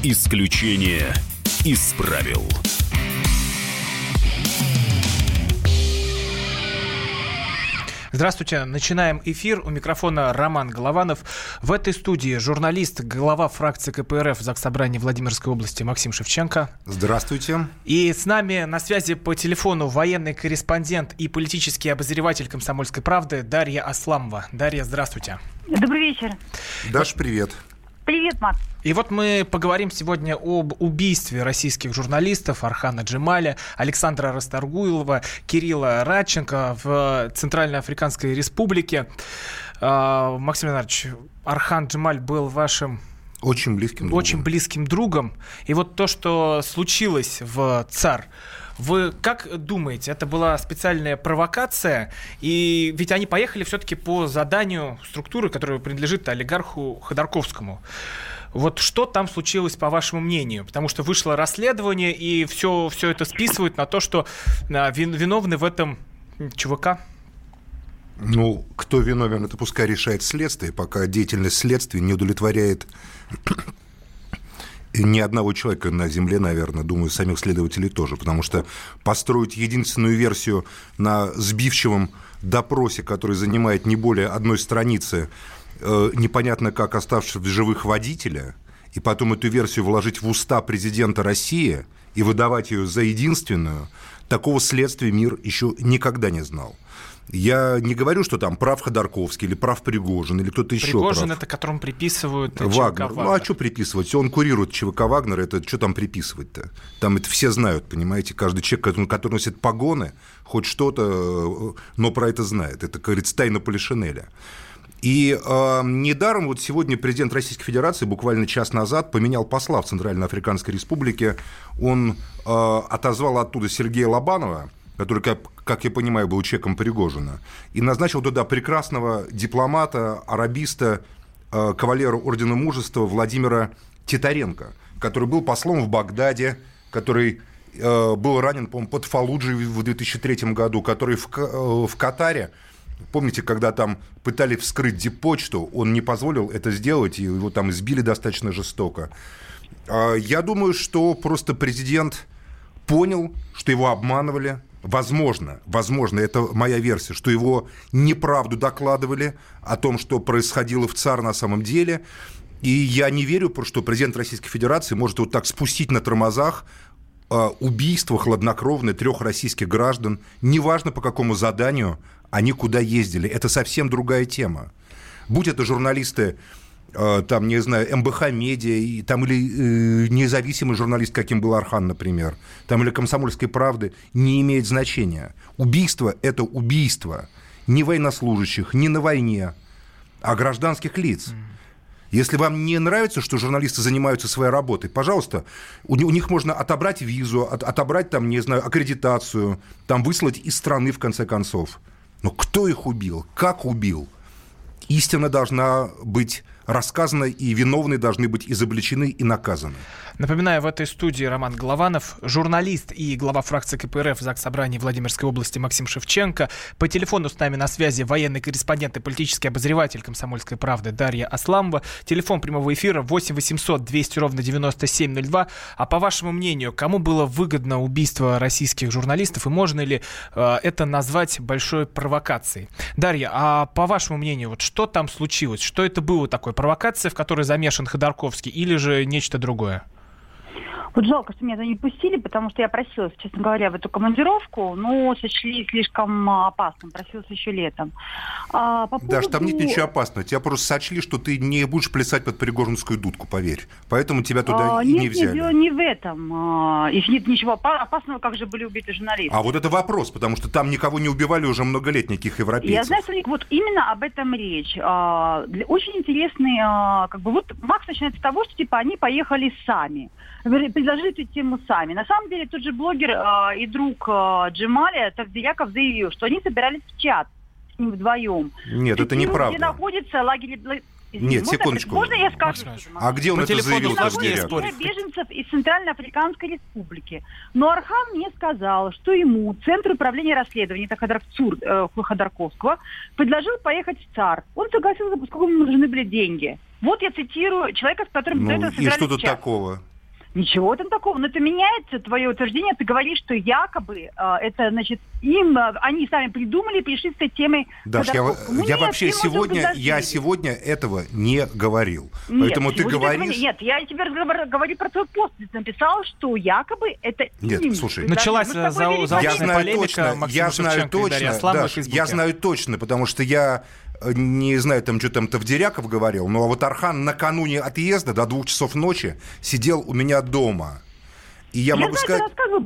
Исключение из правил. Здравствуйте. Начинаем эфир. У микрофона Роман Голованов. В этой студии журналист, глава фракции КПРФ Заксобрания Владимирской области Максим Шевченко. Здравствуйте. И с нами на связи по телефону военный корреспондент и политический обозреватель «Комсомольской правды» Дарья Асламова. Дарья, здравствуйте. Добрый вечер. Даш, привет. Привет, Макс. И вот мы поговорим сегодня об убийстве российских журналистов Орхана Джемаля, Александра Расторгуева, Кирилла Радченко в Центральноафриканской Республике. Максим Леонидович, Орхан Джемаль был вашим очень близким другом. И вот то, что случилось в ЦАР, вы как думаете, это была специальная провокация? И ведь они поехали все-таки по заданию структуры, которая принадлежит олигарху Ходорковскому. Вот что там случилось, по вашему мнению? Потому что вышло расследование, и все это списывают на то, что виновны в этом ЧВК. Ну, кто виновен, это пускай решает следствие, пока деятельность следствия не удовлетворяет ни одного человека на земле, наверное, думаю, самих следователей тоже, потому что построить единственную версию на сбивчивом допросе, который занимает не более одной страницы, непонятно как оставшись в живых водителя, и потом эту версию вложить в уста президента России и выдавать ее за единственную, такого следствия мир еще никогда не знал. Я не говорю, что там прав Ходорковский или прав Пригожин, или кто-то еще прав. Пригожин — это которому приписывают ЧВК Вагнер. Вагнер. Ну, а что приписывать? Он курирует ЧВК Вагнера, это что там приписывать-то? Там это все знают, понимаете? Каждый человек, который носит погоны, хоть что-то, но про это знает. Это, как говорится, тайна Полишинеля. И недаром вот сегодня президент Российской Федерации буквально час назад поменял посла в Центральноафриканской Республике. Он отозвал оттуда Сергея Лобанова, который, как я понимаю, был человеком Пригожина, и назначил туда прекрасного дипломата, арабиста, кавалера Ордена Мужества Владимира Титаренко, который был послом в Багдаде, который был ранен, по-моему, под Фаллуджей в 2003 году, который в Катаре, помните, когда там пытались вскрыть диппочту, он не позволил это сделать, и его там избили достаточно жестоко. Я думаю, что просто президент понял, что его обманывали. Возможно, это моя версия, что его неправду докладывали о том, что происходило в ЦАР на самом деле. И я не верю, что президент Российской Федерации может вот так спустить на тормозах убийство хладнокровное 3 российских граждан. Неважно, по какому заданию они куда ездили. Это совсем другая тема. Будь это журналисты, там, не знаю, МБХ Медиа, там, или независимый журналист, каким был Орхан, например, там, или «Комсомольской правды», не имеет значения. Убийство – это убийство не военнослужащих, не на войне, а гражданских лиц. Если вам не нравится, что журналисты занимаются своей работой, пожалуйста, у них можно отобрать визу, отобрать, там, не знаю, аккредитацию, там, выслать из страны, в конце концов. Но кто их убил? Как убил? Истина должна быть рассказана, и виновные должны быть изобличены и наказаны. Напоминаю, в этой студии Роман Голованов, журналист и глава фракции КПРФ Заксобрания Владимирской области Максим Шевченко. По телефону с нами на связи военный корреспондент и политический обозреватель «Комсомольской правды» Дарья Асламова. Телефон прямого эфира 8 800 200 ровно 9702. А по вашему мнению, кому было выгодно убийство российских журналистов, и можно ли это назвать большой провокацией? Дарья, а по вашему мнению, вот что там случилось? Что это было такое? Провокация, в которой замешан Ходорковский, или же нечто другое? Вот жалко, что меня туда не пустили, потому что я просилась, честно говоря, в эту командировку, но сочли слишком опасным, просилась еще летом. Даже там нет ничего опасного. Тебя просто сочли, что ты не будешь плясать под пригожинскую дудку, поверь. Поэтому тебя туда и не взяли. Нет, не в этом. Если нет ничего опасного, как же были убиты журналисты? А вот это вопрос, потому что там никого не убивали уже много лет, никаких европейцев. Я знаю, что вот именно об этом речь. Очень интересный, вот Макс начинает с того, что типа они поехали сами. Предложили эту тему сами. На самом деле тот же блогер и друг Джемаля Тавдияков заявил, что они собирались в чат с ним вдвоем. Нет, это неправда. Где находится лагерь... Нет, секундочку. Можно я скажу? А где он это заявил? Беженцев из Центральноафриканской Республики. Но Орхан мне сказал, что ему Центр управления расследований Ходорковского предложил поехать в ЦАР. Он согласился, поскольку ему нужны были деньги. Вот я цитирую человека, с которым до этого собирались в чат. И что тут такого? Ничего там такого. Но это меняется, твое утверждение. Ты говоришь, что якобы это, значит, они сами придумали, пришли с этой темой. Даш, я вообще сегодня этого не говорил. Нет, поэтому ты говоришь... Нет, я тебе говорю про твой пост. Ты написал, что якобы это... Нет, слушай. Началась заочная полемика Максима Шевченко и Дарьи Асламовой в Фейсбуке. Я знаю точно, потому что я... Не знаю, там что там Тавдеряков говорил, но вот Архан накануне отъезда до 2 часов ночи сидел у меня дома. И я могу сказать...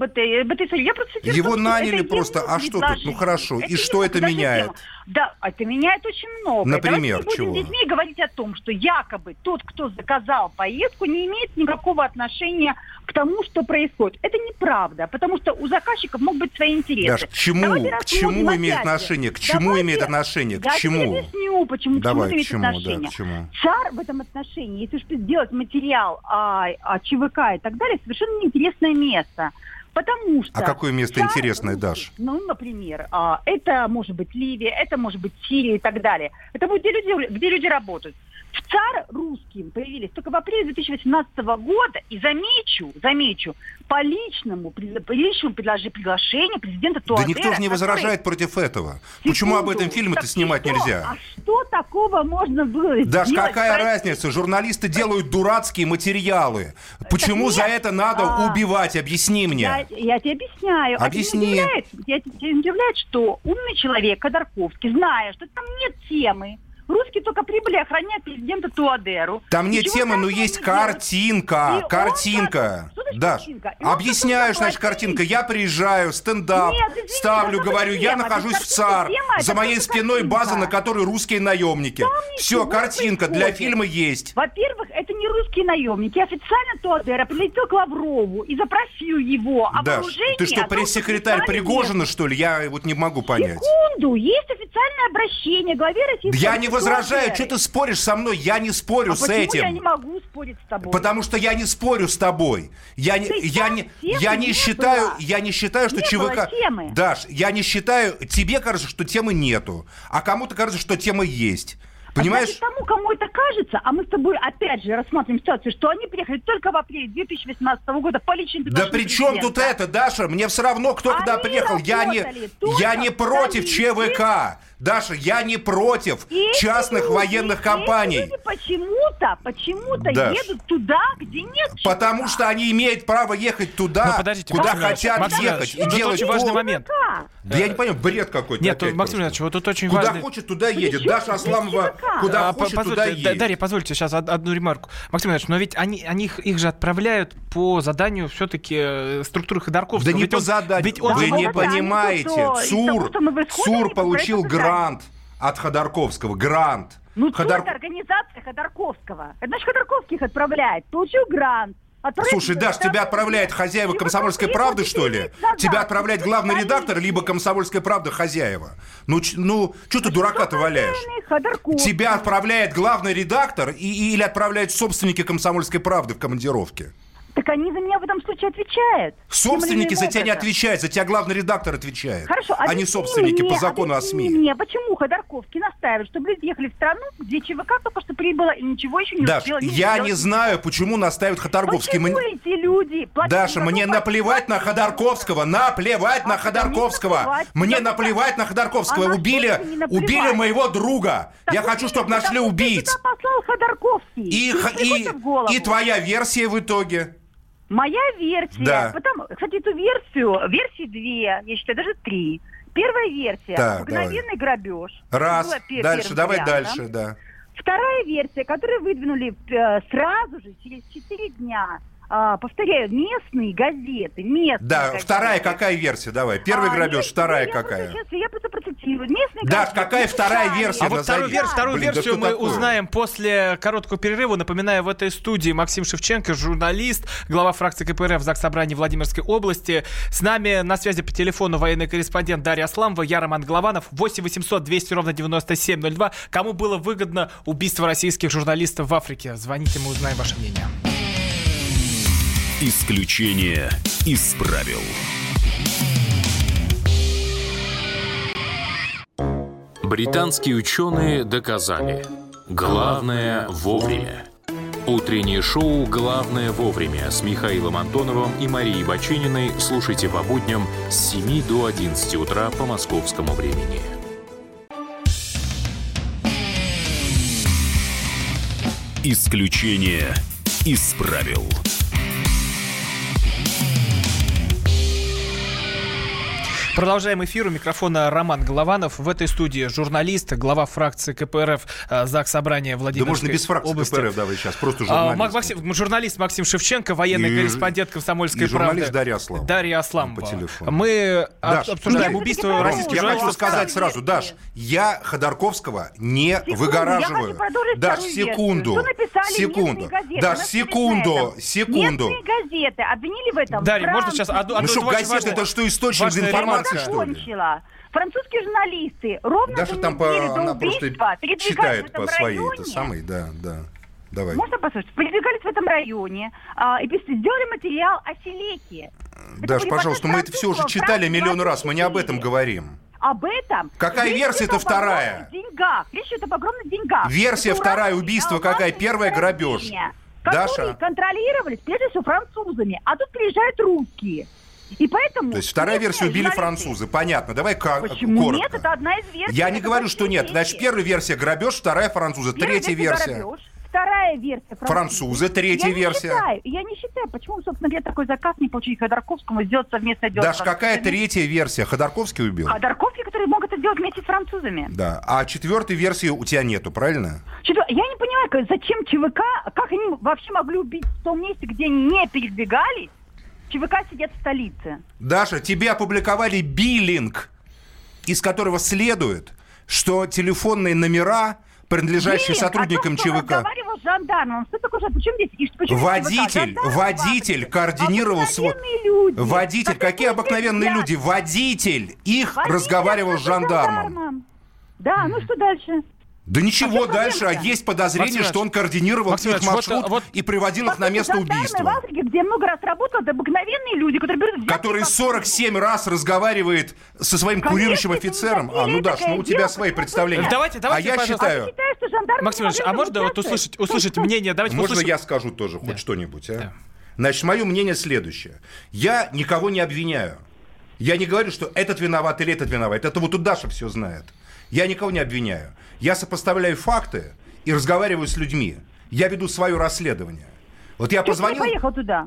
Его наняли просто, а что тут? Ну хорошо, и что это меняет? Да, это меняет очень много. Например, чего? Давайте не будем с детьми говорить о том, что якобы тот, кто заказал поездку, не имеет никакого отношения к тому, что происходит. Это неправда, потому что у заказчиков могут быть свои интересы. Даш, к чему имеет отношение? К чему имеет отношение? К чему? Я тебе объясню, почему это имеет отношение. Да, к чему? ЦАР в этом отношении, если уж сделать материал о ЧВК и так далее, совершенно неинтересное место. Потому что... А какое место интересное, Даш? Ну, например, это может быть Ливия, это может быть Сирия и так далее. Это будет где люди работают. В ЦАР русским появились только в апреле 2018 года. И замечу, по личному приглашению президента Туадера... Да никто же не возражает против этого. Почему об этом фильме-то снимать нельзя? А что такого можно было сделать? Даш, какая разница? Журналисты делают дурацкие материалы. Почему за это надо убивать? Объясни мне. Я тебе объясняю. Объясни. Тебя не удивляет, что умный человек, Ходорковский, зная, что там нет темы, русские только прибыли охранять президента Туадеру. Там нет темы, но есть картинка. Даш, объясняешь, значит, картинка. Я приезжаю, стендап, ставлю, говорю, я нахожусь в ЦАР. За моей спиной база, на которой русские наемники. Все, картинка для фильма есть. Во-первых, это не русские наемники. Официально Туадера прилетел к Лаврову и запросил его о вооружении. Ты что, пресс-секретарь Пригожина, что ли? Я вот не могу понять. Секунду, есть официальное обращение главе Российской Федерации. Я не возражаю, что ты споришь со мной? Я не спорю с этим. Почему я не могу спорить с тобой? Потому что я не спорю с тобой. Я не считаю, что ЧВК... Даш, я не считаю... Тебе кажется, что темы нету, а кому-то кажется, что тема есть. Понимаешь? А тому, кому это кажется, а мы с тобой опять же рассматриваем ситуацию, что они приехали только в апреле 2018 года по личным приглашениям. Да при чем тут это, Даша? Мне все равно, кто когда приехал. Я не против ЧВК. Даша, я не против частных военных компаний. Эти люди почему-то едут туда, где нет ЧВК. Потому что они имеют право ехать туда, куда хотят ехать. И делать очень важный момент. Да я не понимаю, бред какой-то. Нет, Максим Ильич, вот тут очень куда важный... Куда хочет, туда едет. Даша Асламова куда хочет, туда едет. Дарья, позвольте сейчас одну ремарку. Максим Ильич, но ведь их же отправляют по заданию все-таки структуры Ходорковского. Да не по заданию. Вы не понимаете. ЦУР получил грант от Ходорковского. Грант. Ну, это организация Ходорковского. Это значит, Ходорковский их отправляет. Получил грант. Слушай, Даш, тебя отправляет хозяева «Комсомольской правды», что ли? Тебя отправляет главный редактор, либо «Комсомольская правда» хозяева? Ну, что ты дурака-то валяешь? Тебя отправляет главный редактор или отправляют собственники «Комсомольской правды» в командировке? Так они за меня в этом случае отвечают. Собственники за тебя не отвечают, за тебя главный редактор отвечает. Хорошо, они собственники по закону о СМИ. Мне, почему Ходорковский настаивает, чтобы люди ехали в страну, где ЧВК только что прибыло и ничего еще не успело? Я не знаю, почему настаивает Ходорковский. Почему эти люди... Даша, мне наплевать на Ходорковского, Мне наплевать на Ходорковского. Убили моего друга. Я хочу, чтобы нашли убийц. Послал Ходорковский. И твоя версия в итоге? Моя версия, да. Кстати, эту версии 2, я считаю, даже 3. Первая версия, мгновенный грабеж. Раз, дальше, давай дальше, да. Вторая версия, которую выдвинули сразу же, через 4 дня, повторяю, местные газеты, Да, вторая какая версия, давай. Первый грабеж, вторая какая? Сейчас я просто процитирую. Местные да, газеты, какая вторая версия? А вот вторую версию мы узнаем после короткого перерыва. Напоминаю, в этой студии Максим Шевченко, журналист, глава фракции КПРФ в Заксобрании Владимирской области. С нами на связи по телефону военный корреспондент Дарья Асламова, я Роман Голованов. 8 800 200 ровно 9702. Кому было выгодно убийство российских журналистов в Африке? Звоните, мы узнаем ваше мнение. Исключение из правил. Британские ученые доказали: главное вовремя. Утреннее шоу «Главное вовремя» с Михаилом Антоновым и Марией Бачининой слушайте по будням с 7 до 11 утра по московскому времени. Исключение из правил. Продолжаем эфир. У микрофона Роман Голованов. В этой студии журналист, глава фракции КПРФ ЗАГС Собрания Владимирской области. Да можно без фракции области. КПРФ давай сейчас, просто журналист. Журналист Максим Шевченко, военный корреспондент «Комсомольской правды». Журналист Дарья Асламова. По телефону. Мы обсуждаем убийство российских журналистов. Я хочу сказать Да. сразу, Даш, я Ходорковского не выгораживаю. Даш, секунду. Даш, секунду. Местные газеты обвинили в этом. Дарья, можно сейчас одну Ну что, газеты это что, источник информации, что ли? Французские журналисты ровно Даша за там неделю до она убийства просто читает по своей, районе. это самый, да. Давай. Можно послушать? Передвигались в этом районе и сделали материал о Селеке. Даш, пожалуйста, мы это все уже читали миллион раз, мы не об этом говорим. Об этом. Какая версия-то вторая? Речь идет об огромных деньгах. Версия вторая, убийство какая? Первая грабеж. Которые контролировались, прежде всего, французами. А тут приезжают русские. И поэтому... То есть вторая версия убили французы. Понятно. Давай Почему коротко. Нет? Это одна из версий. Я не говорю, что нет. Значит, первая версия грабеж, вторая французы. Третья версия. Грабеж, вторая версия французы. Третья версия. Я не считаю. Почему, собственно говоря, такой заказ не получить Ходорковскому сделать совместное дело? Даш, какая третья версия? Ходорковский убил? Ходорковский, который мог это сделать вместе с французами. Да. А четвертой версии у тебя нету, правильно? Я не понимаю, зачем ЧВК, как они вообще могли убить в том месте, где они не передвигались? ЧВК сидят в столице. Даша, тебе опубликовали биллинг, из которого следует, что телефонные номера, принадлежащие сотрудникам ЧВК... разговаривал с жандармом. Что такое? Почему здесь? Водитель координировал свой... Водитель, какие обыкновенные люди? Водитель их разговаривал с жандармом. Да, ну что дальше? Да ничего дальше, а есть подозрение, что он координировал их маршрут и приводил их на место убийства. В Африке, где много раз работают обыкновенные люди, которые 47 раз разговаривает со своим курирующим офицером. Ну, Даш, у тебя свои представления. Давайте, я считаю... Максим Ильич, а можно услышать мнение? Можно я скажу тоже хоть что-нибудь, а? Значит, мое мнение следующее. Я никого не обвиняю. Я не говорю, что этот виноват или этот виноват. Это вот тут Даша все знает. Я никого не обвиняю. Я сопоставляю факты и разговариваю с людьми. Я веду свое расследование. Вот я позвонил... Ты поехал туда?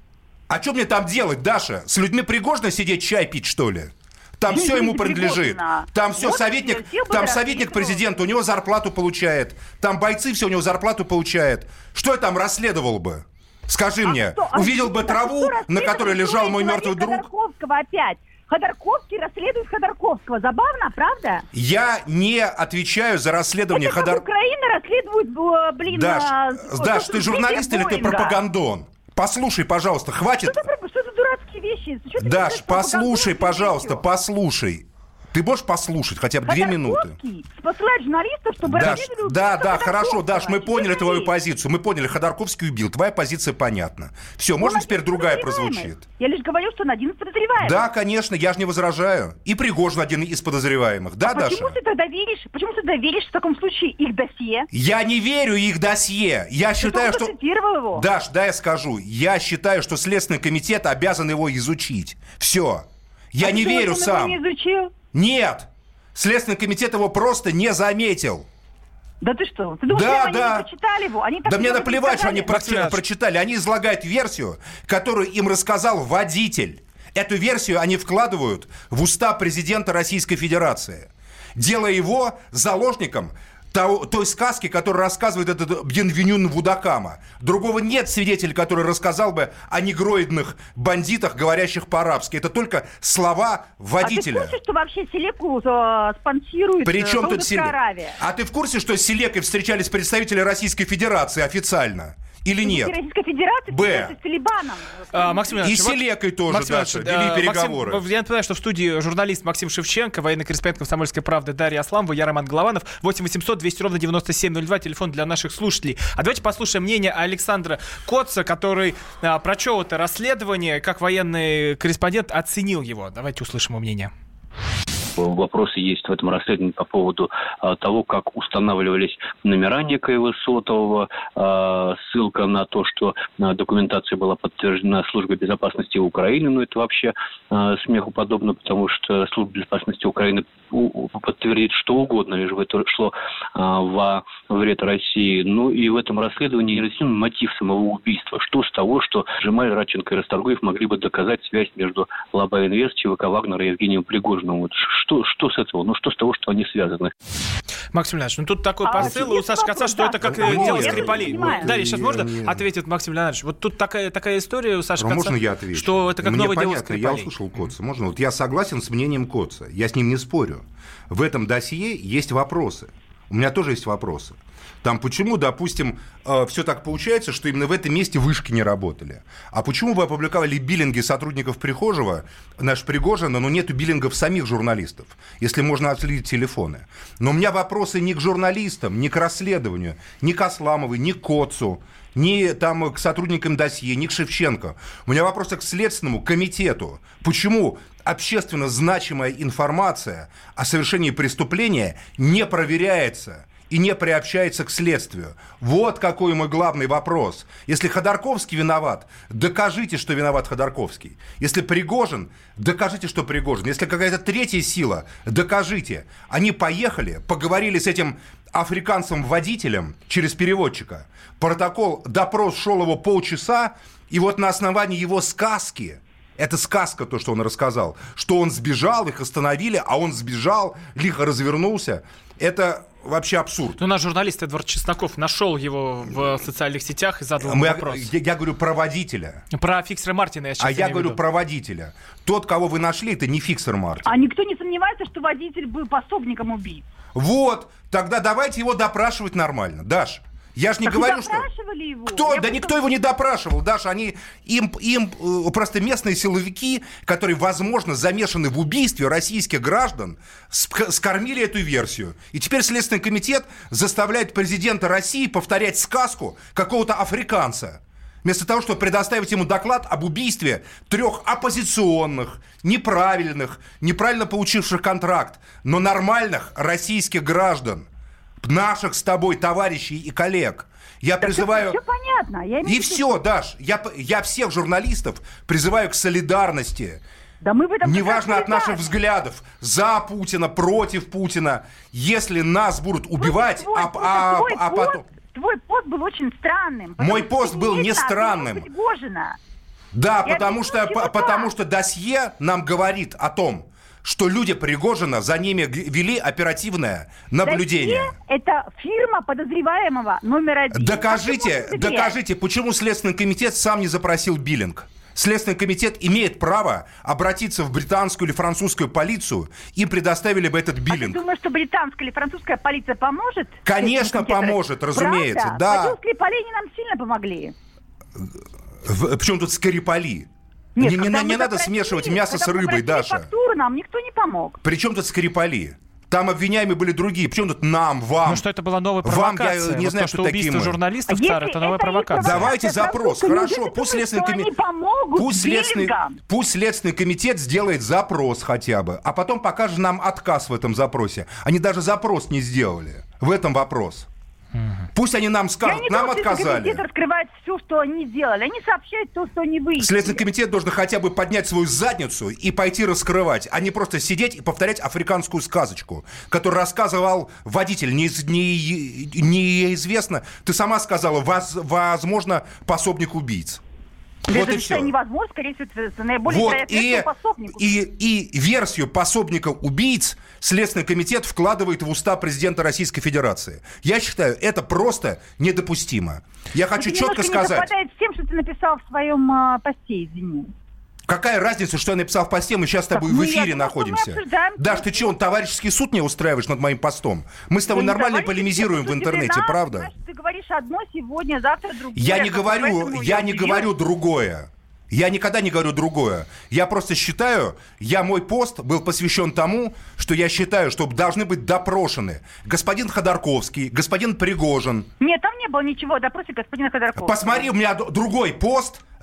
А что мне там делать, Даша? С людьми Пригожина сидеть, чай пить, что ли? Там все ему принадлежит. Там все советник президента, у него зарплату получает. Там бойцы все у него зарплату получают. Что я там расследовал бы? Скажи мне, увидел бы траву, на которой лежал мой мертвый друг? Опять. Ходорковский расследует Ходорковского. Забавно, правда? Я не отвечаю за расследование Ходорковского. Украина расследует, Даш, ты журналист или ты пропагандон? Послушай, пожалуйста, хватит... Что за дурацкие вещи? Даш, послушай, пожалуйста, послушай. Ты можешь послушать хотя бы 2 минуты? Посылает журналистов, чтобы расследовали... Да, хорошо, Даш, мы поняли твою позицию. Мы поняли, Ходорковский убил. Твоя позиция понятна. Все, можно теперь другая прозвучит? Я лишь говорю, что он один из подозреваемых. Да, конечно, я же не возражаю. И Пригожин один из подозреваемых. Да, Даша? Почему ты тогда веришь в таком случае их досье? Я не верю их досье. Я считаю, что... Его? Даш, я скажу. Я считаю, что Следственный комитет обязан его изучить. Все. Я не верю сам. Не изучил? Нет! Следственный комитет его просто не заметил. Да ты что? Ты думаешь, они не прочитали его? Да мне наплевать, что они прочитали. Они излагают версию, которую им рассказал водитель. Эту версию они вкладывают в уста президента Российской Федерации, делая его заложником той сказки, которую рассказывает этот Бьенвеню Нвудакама. Другого нет свидетеля, который рассказал бы о негроидных бандитах, говорящих по-арабски. Это только слова водителя. А ты в курсе, что вообще Селеку спонсирует Саудовская Аравия? А ты в курсе, что с Селекой встречались представители Российской Федерации официально? Или нет? Российской Федерации с Талибаном. Максим и с Селекой тоже, Даша, вели переговоры. Я напоминаю, что в студии журналист Максим Шевченко, военный корреспондент «Комсомольской правды» Дарья Асламова, я Роман Голованов. 8 800 200 ровно 9702, телефон для наших слушателей. А давайте послушаем мнение Александра Коца, который прочел это расследование, как военный корреспондент оценил его. Давайте услышим его мнение. вопросы есть в этом расследовании по поводу того, как устанавливались номера некоего сотового, ссылка на то, что документация была подтверждена Службой безопасности Украины, но это вообще смеху подобно, потому что Служба безопасности Украины подтвердит что угодно, лишь бы это шло во вред России. Ну и в этом расследовании не разъяснен мотив самого убийства. Что с того, что Джемаль, Радченко и Расторгуев могли бы доказать связь между Лаба Инвест, ЧВК Вагнера и Евгением Пригожиным? Вот что с этого? Ну что с того, что они связаны? Максим Леонидович, тут такой посыл у Саши Каца, что это как дело Скрипалей. Дарья, сейчас можно ответит Максим Леонидович? Вот тут такая история у Саши Каца. Можно я отвечу? Что это как новое дело Скрипалей. Я услышал Коца. Можно? Вот я согласен с мнением Коца. Я с ним не спорю. В этом досье есть вопросы. У меня тоже есть вопросы. Там почему, допустим, все так получается, что именно в этом месте вышки не работали? А почему вы опубликовали биллинги сотрудников Пригожина, но нету биллингов самих журналистов, если можно отследить телефоны? Но у меня вопросы не к журналистам, не к расследованию, ни к Асламовой, ни к Коцу, ни там, к сотрудникам досье, ни к Шевченко. У меня вопросы к Следственному комитету. Почему общественно значимая информация о совершении преступления не проверяется и не приобщается к следствию? Вот какой мой главный вопрос. Если Ходорковский виноват, докажите, что виноват Ходорковский. Если Пригожин, докажите, что Пригожин. Если какая-то третья сила, докажите. Они поехали, поговорили с этим африканцем-водителем через переводчика. Допрос шел его полчаса, и вот на основании его сказки, это сказка, то, что он рассказал, что он сбежал, их остановили, а он сбежал, лихо развернулся. Это вообще абсурд. Ну, наш журналист Эдвард Чесноков нашел его в социальных сетях и задал ему вопрос. Я говорю про водителя. Про фиксера Мартина я сейчас я говорю про водителя. Тот, кого вы нашли, это не фиксер Мартин. А никто не сомневается, что водитель был пособником убийц. Вот, тогда давайте его допрашивать нормально. Даша, я же не говорю, что... Его? Никто его не допрашивал, Даша. Им просто местные силовики, которые, возможно, замешаны в убийстве российских граждан, скормили эту версию. И теперь Следственный комитет заставляет президента России повторять сказку какого-то африканца. Вместо того, чтобы предоставить ему доклад об убийстве 3 оппозиционных, неправильно получивших контракт, но нормальных российских граждан, наших с тобой товарищей и коллег. Я призываю... Все понятно. И все, Даш, я всех журналистов призываю к солидарности. Да мы в этом неважно от наших взглядов, за Путина, против Путина. Если нас будут убивать, потом... Твой пост был очень странным. Мой пост был не странным. Да, потому что досье нам говорит о том, что люди Пригожина, за ними вели оперативное наблюдение. Досье – это фирма подозреваемого номер 1. Докажите, почему Следственный комитет сам не запросил биллинг? Следственный комитет имеет право обратиться в британскую или французскую полицию, им предоставили бы этот биллинг. А ты думаешь, что британская или французская полиция поможет? Конечно, поможет, разумеется. Правда? Да. Потому Скрипали не нам сильно помогли. Причем тут Скрипали? Нет, не надо смешивать мясо с рыбой, Даша. Фактуру нам никто не помог. Причем тут Скрипали? Там обвиняемые были другие. Причем тут нам, вам? Ну что это была новая провокация? Я не знаю, что убийство журналистов ЦАР, это новая провокация. Давайте запрос. Хорошо, пусть Следственный комитет сделает запрос хотя бы, а потом покажет нам отказ в этом запросе. Они даже запрос не сделали. В этом вопрос. Пусть они нам скажут, нам отказали. Следственный комитет раскрывает все, что они делали. Они сообщают то, что они выяснили. Следственный комитет должен хотя бы поднять свою задницу и пойти раскрывать, а не просто сидеть и повторять африканскую сказочку, которую рассказывал водитель. Неизвестно. Ты сама сказала, возможно, пособник убийц. Вот это все невозможно, скорее всего, это наиболее вероятный пособник. И версию пособника убийц Следственный комитет вкладывает в уста президента Российской Федерации. Я считаю, это просто недопустимо. Я хочу четко сказать. Не совпадает с тем, что ты написал в своем посте, извини. Какая разница, что я написал в посте, мы сейчас с тобой в эфире находимся. Даш, ты что, товарищеский суд не устраиваешь над моим постом? Мы с тобой нормально полемизируем в интернете, правда? Знаешь, ты говоришь одно сегодня, завтра другое. Я не говорю другое. Я никогда не говорю другое. Я просто считаю, мой пост был посвящен тому, что я считаю, что должны быть допрошены господин Ходорковский, господин Пригожин. Нет, там не было ничего о допросе господина Ходорковского. Посмотри, у меня другой пост,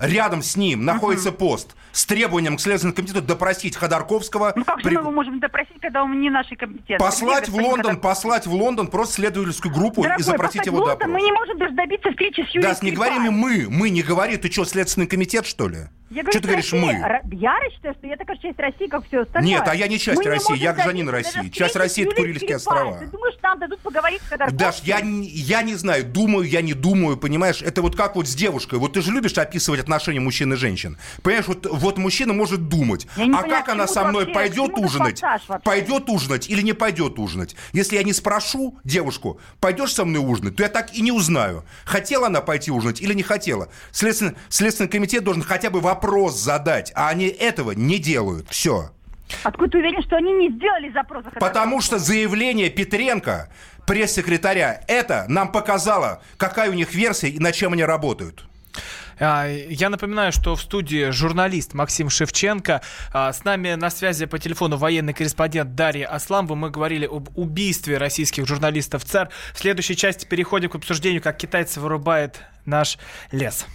рядом с ним находится пост с требованием к Следственному комитету допросить Ходорковского. Ну как же мы его можем допросить, когда он не нашей компетенции? Послать в Лондон просто следовательскую группу, дорогой, и запросить его допрос. Мы не можем даже добиться встречи с Юрием Да, не говорим мы не говори, ты что, Следственный комитет, что ли? Я говорю, что ты говоришь «мы»? Я считаю, что я такая часть России, как все остальное. Нет, а я не часть России, я гражданин России. Часть России — это Курильские острова. Ты думаешь, нам дадут поговорить с Ходорковским? Даш, я не знаю, думаю, я не думаю, понимаешь? Это вот как вот с девушкой. Вот ты же любишь описывать отношения мужчин и женщин. Понимаешь, вот мужчина может думать, как она со мной пойдет ужинать или не пойдет ужинать. Если я не спрошу девушку, пойдешь со мной ужинать, то я так и не узнаю, хотела она пойти ужинать или не хотела. Следственный комитет должен хотя бы вопрос задать, а они этого не делают. Все. Откуда ты уверен, что они не сделали запрос? Потому что заявление Петренко, пресс-секретаря, это нам показало, какая у них версия и над чем они работают. Я напоминаю, что в студии журналист Максим Шевченко. С нами на связи по телефону военный корреспондент Дарья Асламова. Мы говорили об убийстве российских журналистов ЦАР. В следующей части переходим к обсуждению, как китайцы вырубают наш лес.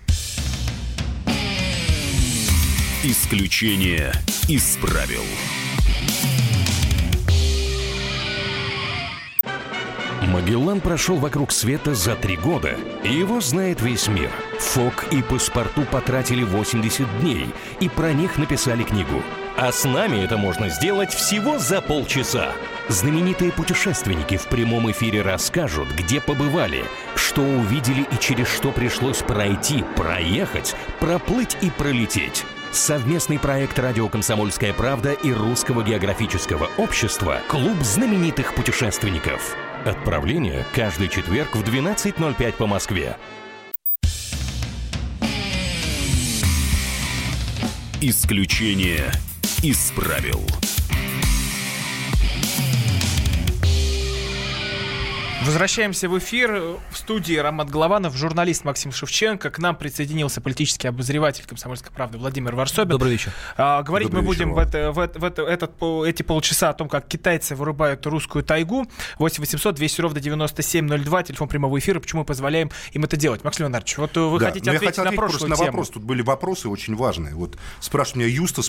Исключение из правил. Магеллан прошел вокруг света за 3 года, и его знает весь мир. Фок и Паспарту потратили 80 дней, и про них написали книгу. А с нами это можно сделать всего за полчаса. Знаменитые путешественники в прямом эфире расскажут, где побывали, что увидели и через что пришлось пройти, проехать, проплыть и пролететь. Совместный проект «Радио Комсомольская правда» и Русского географического общества «Клуб знаменитых путешественников». Отправление каждый четверг в 12:05 по Москве. Исключение из правил. Возвращаемся в эфир. В студии Роман Голованов, журналист Максим Шевченко. К нам присоединился политический обозреватель «Комсомольской правды» Владимир Варсобин. Добрый вечер. Говорить мы будем эти полчаса о том, как китайцы вырубают русскую тайгу. 8 800 200 ровно 9702, телефон прямого эфира. Почему мы позволяем им это делать? Максим Леонардович, вот вы хотите ответить на прошлую тему? Вопрос. Тут были вопросы очень важные. Вот спрашивает меня Юстас,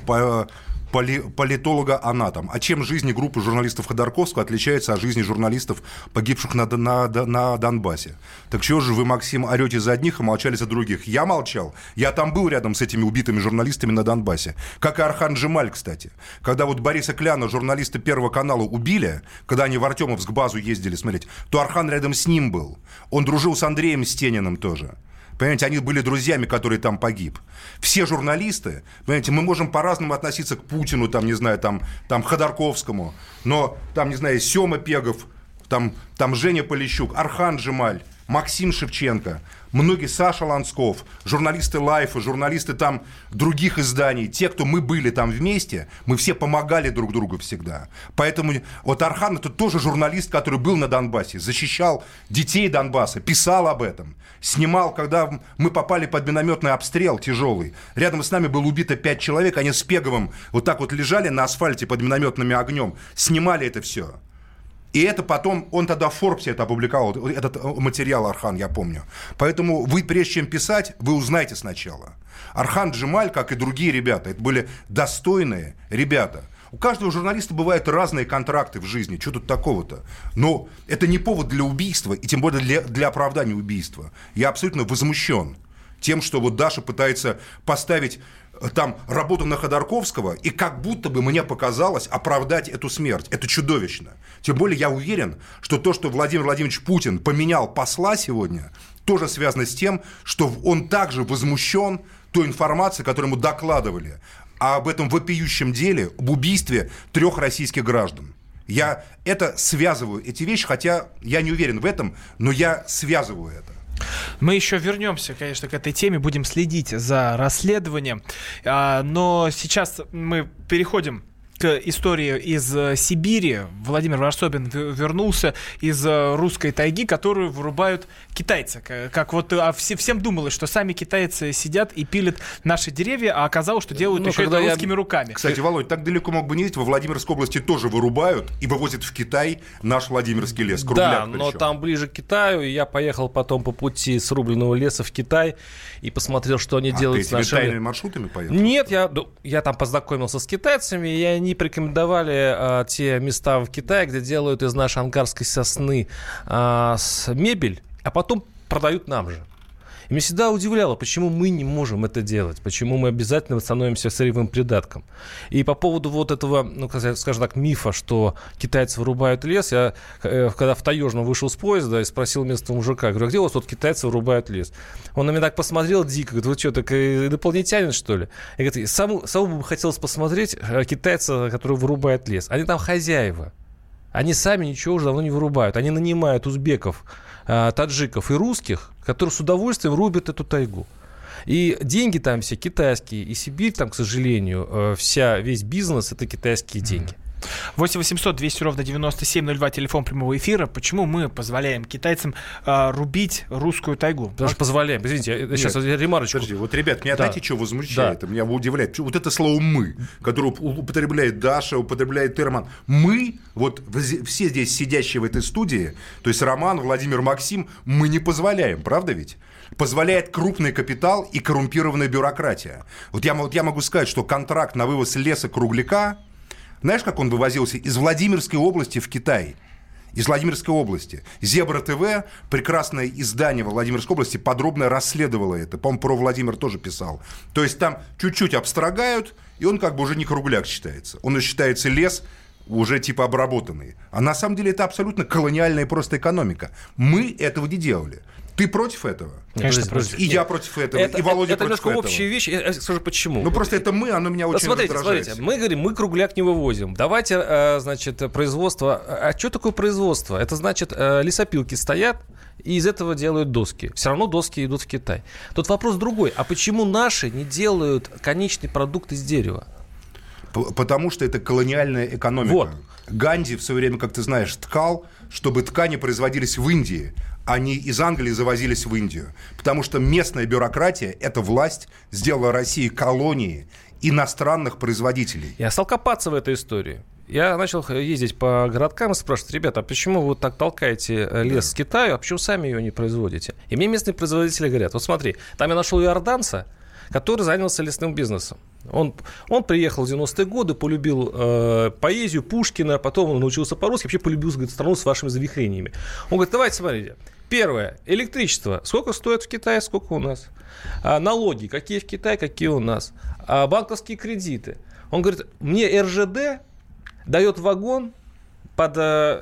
политолога-анатом. А чем жизнь группы журналистов Ходорковского отличается от жизни журналистов, погибших на Донбассе? Так чего же вы, Максим, орете за одних и молчали за других? Я молчал. Я там был рядом с этими убитыми журналистами на Донбассе. Как и Архан Джемаль, кстати. Когда вот Бориса Кляна, журналисты Первого канала, убили, когда они в Артемовск базу ездили смотреть, то Архан рядом с ним был. Он дружил с Андреем Стениным тоже. Понимаете, они были друзьями, который там погиб. Все журналисты, понимаете, мы можем по-разному относиться к Путину, там, не знаю, там Ходорковскому, но там, не знаю, Сёма Пегов, там Женя Полищук, Архан Джемаль, Максим Шевченко, многие, Саша Лансков, журналисты Лайфа, журналисты там других изданий, те, кто мы были там вместе, мы все помогали друг другу всегда. Поэтому вот Архан — это тоже журналист, который был на Донбассе, защищал детей Донбасса, писал об этом, снимал, когда мы попали под минометный обстрел тяжелый. Рядом с нами было убито 5 человек, они с Пеговым вот так вот лежали на асфальте под минометным огнем, снимали это все. И это потом, он тогда в Форбсе это опубликовал, этот материал, Архан, я помню. Поэтому вы, прежде чем писать, вы узнаете сначала. Архан Джемаль, как и другие ребята, это были достойные ребята. У каждого журналиста бывают разные контракты в жизни, что тут такого-то? Но это не повод для убийства, и тем более для оправдания убийства. Я абсолютно возмущен тем, что вот Даша пытается поставить там работу на Ходорковского, и как будто бы мне показалось оправдать эту смерть. Это чудовищно. Тем более я уверен, что то, что Владимир Владимирович Путин поменял посла сегодня, тоже связано с тем, что он также возмущен той информацией, которую ему докладывали об этом вопиющем деле, об убийстве 3 российских граждан. Я это связываю, эти вещи, хотя я не уверен в этом, но я связываю это. Мы еще вернемся, конечно, к этой теме, будем следить за расследованием, но сейчас мы переходим к к истории из Сибири. Владимир Варсобин вернулся из русской тайги, которую вырубают китайцы. Как вот всем думалось, что сами китайцы сидят и пилят наши деревья, а оказалось, что делают еще это русскими руками. Кстати, Володь, так далеко мог бы не ездить. Во Владимирской области тоже вырубают и вывозят в Китай наш Владимирский лес. Да, но там ближе к Китаю. И я поехал потом по пути срубленного леса в Китай и посмотрел, что они делают с нашими... Ты тайными маршрутами поехал? Нет, я там познакомился с китайцами, и они порекомендовали те места в Китае, где делают из нашей ангарской сосны мебель, а потом продают нам же. И меня всегда удивляло, почему мы не можем это делать, почему мы обязательно становимся сырьевым придатком. И по поводу вот этого, скажем так, мифа, что китайцы вырубают лес, я когда в Таежном вышел с поезда и спросил местного мужика, говорю, а где у вас тут китайцы вырубают лес? Он на меня так посмотрел дико, говорит, вы что, так инопланетянин, что ли? И говорит, самому бы хотелось посмотреть китайца, который вырубает лес. Они там хозяева. Они сами ничего уже давно не вырубают. Они нанимают узбеков, таджиков и русских, которые с удовольствием рубят эту тайгу. И деньги там все китайские. И Сибирь там, к сожалению, весь бизнес – это китайские деньги. 8 800 200 ровно 9702, телефон прямого эфира. Почему мы позволяем китайцам рубить русскую тайгу? Потому что позволяем. Извините, я сейчас ремарочку. Подожди, вот, ребят, меня знаете, что возмущает? Да. Меня удивляет. Вот это слово «мы», которое употребляет Даша, употребляет ты, Роман. Мы, вот все здесь сидящие в этой студии, то есть Роман, Владимир, Максим, мы не позволяем, правда ведь? Позволяет крупный капитал и коррумпированная бюрократия. Вот я могу сказать, что контракт на вывоз леса-кругляка, знаешь, как он вывозился? Из Владимирской области в Китай. Из Владимирской области. Зебра ТВ, прекрасное издание во Владимирской области, подробно расследовало это. По-моему, про Владимир тоже писал. То есть там чуть-чуть обстрогают, и он как бы уже не кругляк считается. Он считается лес уже типа обработанный. А на самом деле это абсолютно колониальная просто экономика. Мы этого не делали. Ты против этого? Конечно, против. И я против этого, и Володя против этого. Это общая вещь, я скажу почему. Ну, просто это мы, оно меня очень раздражает. Смотрите, мы говорим, мы кругляк не вывозим. Давайте, значит, производство... А что такое производство? Это значит, лесопилки стоят, и из этого делают доски. Все равно доски идут в Китай. Тут вопрос другой. А почему наши не делают конечный продукт из дерева? Потому что это колониальная экономика. Вот. Ганди в свое время, как ты знаешь, ткал, чтобы ткани производились в Индии. Они из Англии завозились в Индию. Потому что местная бюрократия, эта власть, сделала России колонией иностранных производителей. Я стал копаться в этой истории. Я начал ездить по городкам и спрашивать, ребята, а почему вы вот так толкаете лес с Китая, а почему сами ее не производите? И мне местные производители говорят, вот смотри, там я нашел иорданца, который занялся лесным бизнесом. Он приехал в 90-е годы, полюбил поэзию Пушкина, потом он научился по-русски, вообще полюбил, говорит, страну с вашими завихрениями. Он говорит, давайте смотрите. Первое. Электричество. Сколько стоит в Китае, сколько у нас? Налоги. Какие в Китае, какие у нас? Банковские кредиты. Он говорит, мне РЖД дает вагон под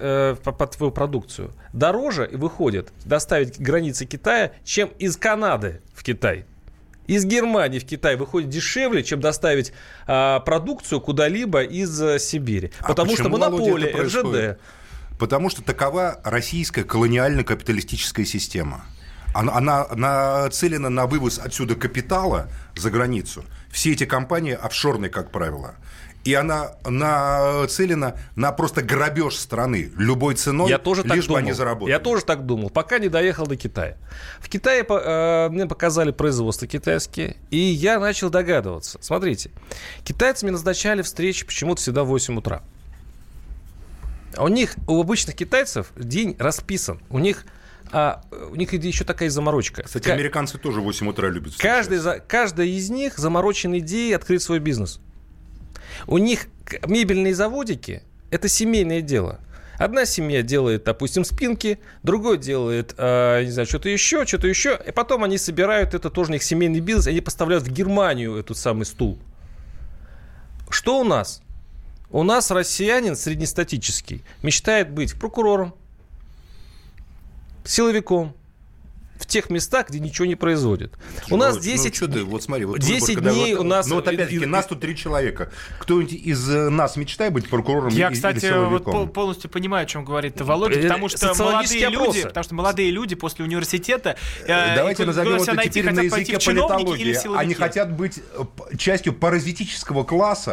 твою продукцию. Дороже выходит доставить к границе Китая, чем из Канады в Китай. Из Германии в Китай выходит дешевле, чем доставить продукцию куда-либо из Сибири. Потому что монополия РЖД. Потому что такова российская колониально-капиталистическая система. Она нацелена на вывоз отсюда капитала за границу. Все эти компании офшорные, как правило. И она нацелена на просто грабеж страны любой ценой, лишь бы они заработали. Я тоже так думал, пока не доехал до Китая. В Китае мне показали производство китайские, и я начал догадываться. Смотрите, китайцы мне назначали встречи почему-то всегда в 8 утра. У обычных китайцев день расписан. У них еще такая заморочка. Кстати, американцы тоже в 8 утра любят встречаться. Каждая из них заморочена идеей открыть свой бизнес. У них мебельные заводики – это семейное дело. Одна семья делает, допустим, спинки, другой делает, не знаю, что-то еще, и потом они собирают, это тоже у них семейный бизнес, и они поставляют в Германию этот самый стул. Что у нас? У нас россиянин среднестатический мечтает быть прокурором, силовиком в тех местах, где ничего не производят. У нас 10 дней у нас... Ну вот опять-таки, нас тут 3 человека. Кто-нибудь из нас мечтает быть прокурором или силовиком? Я, кстати, вот полностью понимаю, о чем говорит Володя, потому что молодые люди после университета... Давайте назовем это теперь на языке политологии. Они хотят быть частью паразитического класса,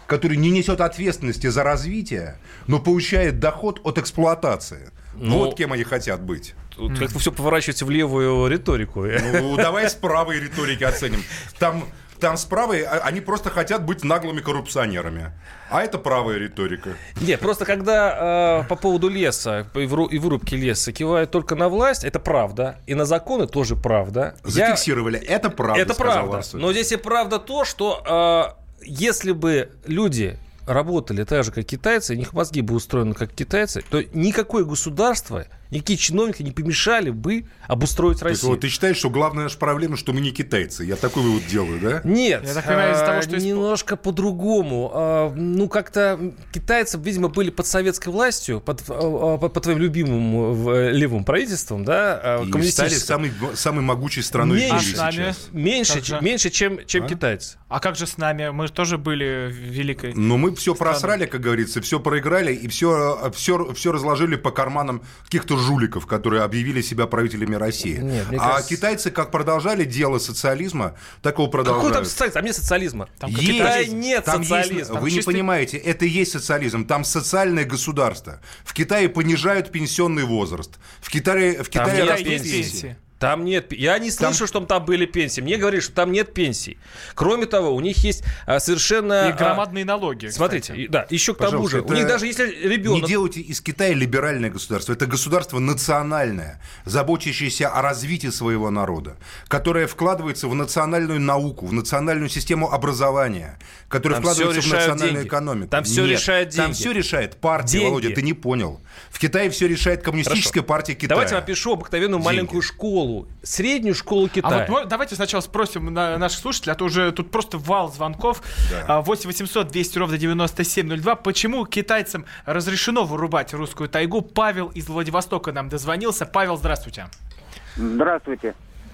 который не несет ответственности за развитие, но получает доход от эксплуатации. Вот кем они хотят быть. Тут как-то все поворачивается в левую риторику. Ну, давай с правой риторики оценим. Там с правой они просто хотят быть наглыми коррупционерами. А это правая риторика. Нет, просто когда по поводу леса и вырубки леса кивают только на власть, это правда. И на законы тоже правда. Зафиксировали. Это правда. Это правда. Но здесь и правда то, что если бы люди работали так же, как китайцы, и у них мозги бы устроены, как китайцы, то никакое государство, никакие чиновники не помешали бы обустроить Россию. Вот ты считаешь, что главная наша проблема, что мы не китайцы? Я такой вывод делаю, да? Нет, я так понимаю, из-за того, что немножко по-другому. Как-то китайцы, видимо, были под советской властью, под твоим любимым левым правительством, да, и стали самой могучей страной в мире сейчас. Меньше, чем китайцы. А как же с нами? Мы тоже были великой. Но мы все просрали, как говорится, все проиграли и все разложили по карманам каких-то жуликов, которые объявили себя правителями России. Нет, китайцы как продолжали дело социализма, так его продолжают. Какой там социализм? Там нет социализма. Там в Китае нет социализма. Вы не понимаете, это и есть социализм. Там социальное государство. В Китае понижают пенсионный возраст. В Китае растут пенсии. Там нет. Я не слышу, что там были пенсии. Мне говорили, что там нет пенсий. Кроме того, у них есть совершенно... И громадные налоги. Смотрите, кстати. Да, еще к тому же. У них даже если ребенок... Не делайте из Китая либеральное государство. Это государство национальное, заботящееся о развитии своего народа, которое вкладывается в национальную науку, в национальную систему образования, которое вкладывается в национальную экономику. Там все решает деньги. Там все решает партия, Володя, ты не понял. В Китае все решает коммунистическая партия Китая. Давайте я опишу обыкновенную маленькую школу. Среднюю школу Китая. А вот давайте сначала спросим наших слушателей, а то уже тут просто вал звонков. Да. 8 800 200 ровно 9702. Почему китайцам разрешено вырубать русскую тайгу? Павел из Владивостока нам дозвонился. Павел, здравствуйте. Здравствуйте.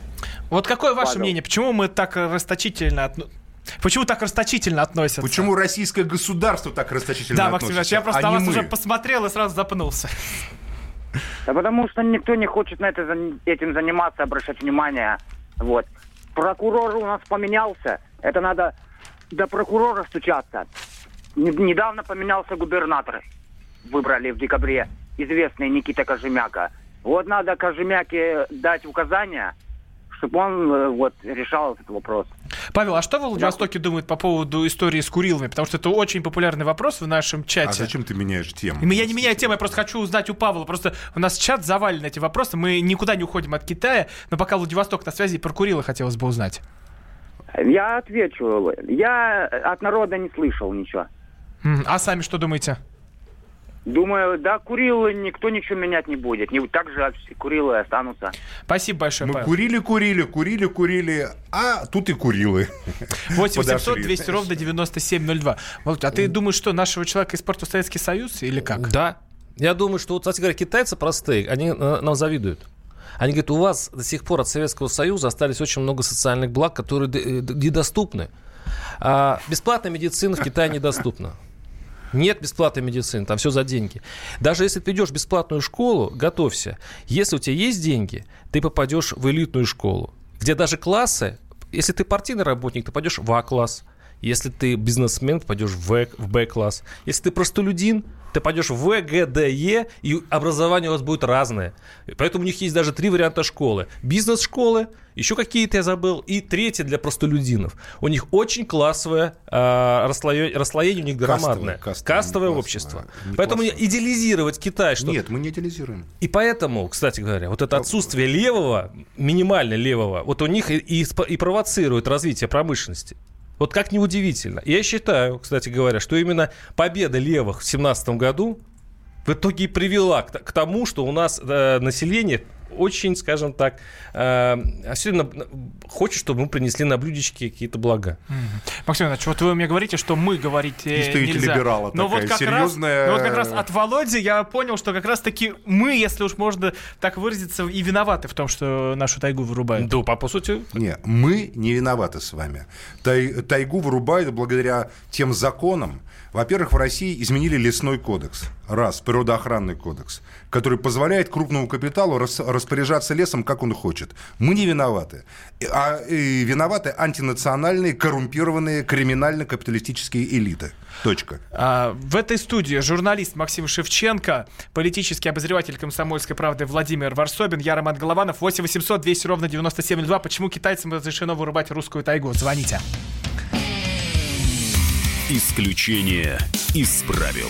Вот какое ваше мнение? Почему мы так расточительно Почему так расточительно относятся? Почему российское государство так расточительно относится? Да, Максим Иванович, я просто на вас уже посмотрел и сразу запнулся. Да потому что никто не хочет этим заниматься, обращать внимание. Вот. Прокурор у нас поменялся. Это надо до прокурора стучаться. Недавно поменялся губернатор. Выбрали в декабре известный Никита Кожемяка. Вот надо Кожемяке дать указания, чтобы он решал этот вопрос. Павел, а что в Владивостоке думают по поводу истории с Курилами? Потому что это очень популярный вопрос в нашем чате. А зачем ты меняешь тему? Я не меняю тему, я просто хочу узнать у Павла. Просто у нас чат завален эти вопросы, мы никуда не уходим от Китая, но пока Владивосток на связи, про Курилы хотелось бы узнать. Я отвечу. Я от народа не слышал ничего. А сами что думаете? Думаю, да, Курилы никто ничего менять не будет. Так же Курилы останутся. Спасибо большое, Павел. Курили, а тут и Курилы. 8 800 200 ровно 9702. Володь, а ты думаешь, что нашего человека испортил Советский Союз или как? Да. Я думаю, что, кстати говоря, китайцы простые, они нам завидуют. Они говорят, у вас до сих пор от Советского Союза остались очень много социальных благ, которые недоступны. Бесплатная медицина в Китае недоступна. Нет бесплатной медицины, там все за деньги. Даже если ты идешь в бесплатную школу, готовься. Если у тебя есть деньги, ты попадешь в элитную школу, где даже классы, если ты партийный работник, ты пойдешь в А-класс. Если ты бизнесмен, ты пойдешь в Б-класс. Если ты простолюдин, ты пойдешь в В, Г, Д, Е, и образование у вас будет разное. Поэтому у них есть даже 3 варианта школы. Бизнес-школы, еще какие-то я забыл, и 3 для простолюдинов. У них очень классовое расслоение, у них громадное. Кастовое общество. Поэтому идеализировать Китай... Нет, мы не идеализируем. И поэтому, кстати говоря, вот это отсутствие левого, минимально левого, вот у них и провоцирует развитие промышленности. Вот как неудивительно. Я считаю, кстати говоря, что именно победа левых в 2017 году в итоге и привела к тому, что у нас население очень, скажем так, особенно хочет, чтобы мы принесли на блюдечке какие-то блага. Максим Иванович, вот вы мне говорите, что мы говорить нельзя. либерала но такая, вот как серьезная... но вот как раз от Володи я понял, что как раз-таки мы, если уж можно так выразиться, и виноваты в том, что нашу тайгу вырубают. Да, по сути. Не, мы не виноваты с вами. Тайгу вырубают благодаря тем законам. Во-первых, в России изменили лесной кодекс. Природоохранный кодекс, который позволяет крупному капиталу распоряжаться лесом, как он хочет. Мы не виноваты. И виноваты антинациональные, коррумпированные, криминально-капиталистические элиты. Точка. В этой студии журналист Максим Шевченко, политический обозреватель «Комсомольской правды» Владимир Варсобин, я Роман Голованов. 8 800 200 ровно 9702. Почему китайцам разрешено вырубать русскую тайгу? Звоните. Исключение из правил.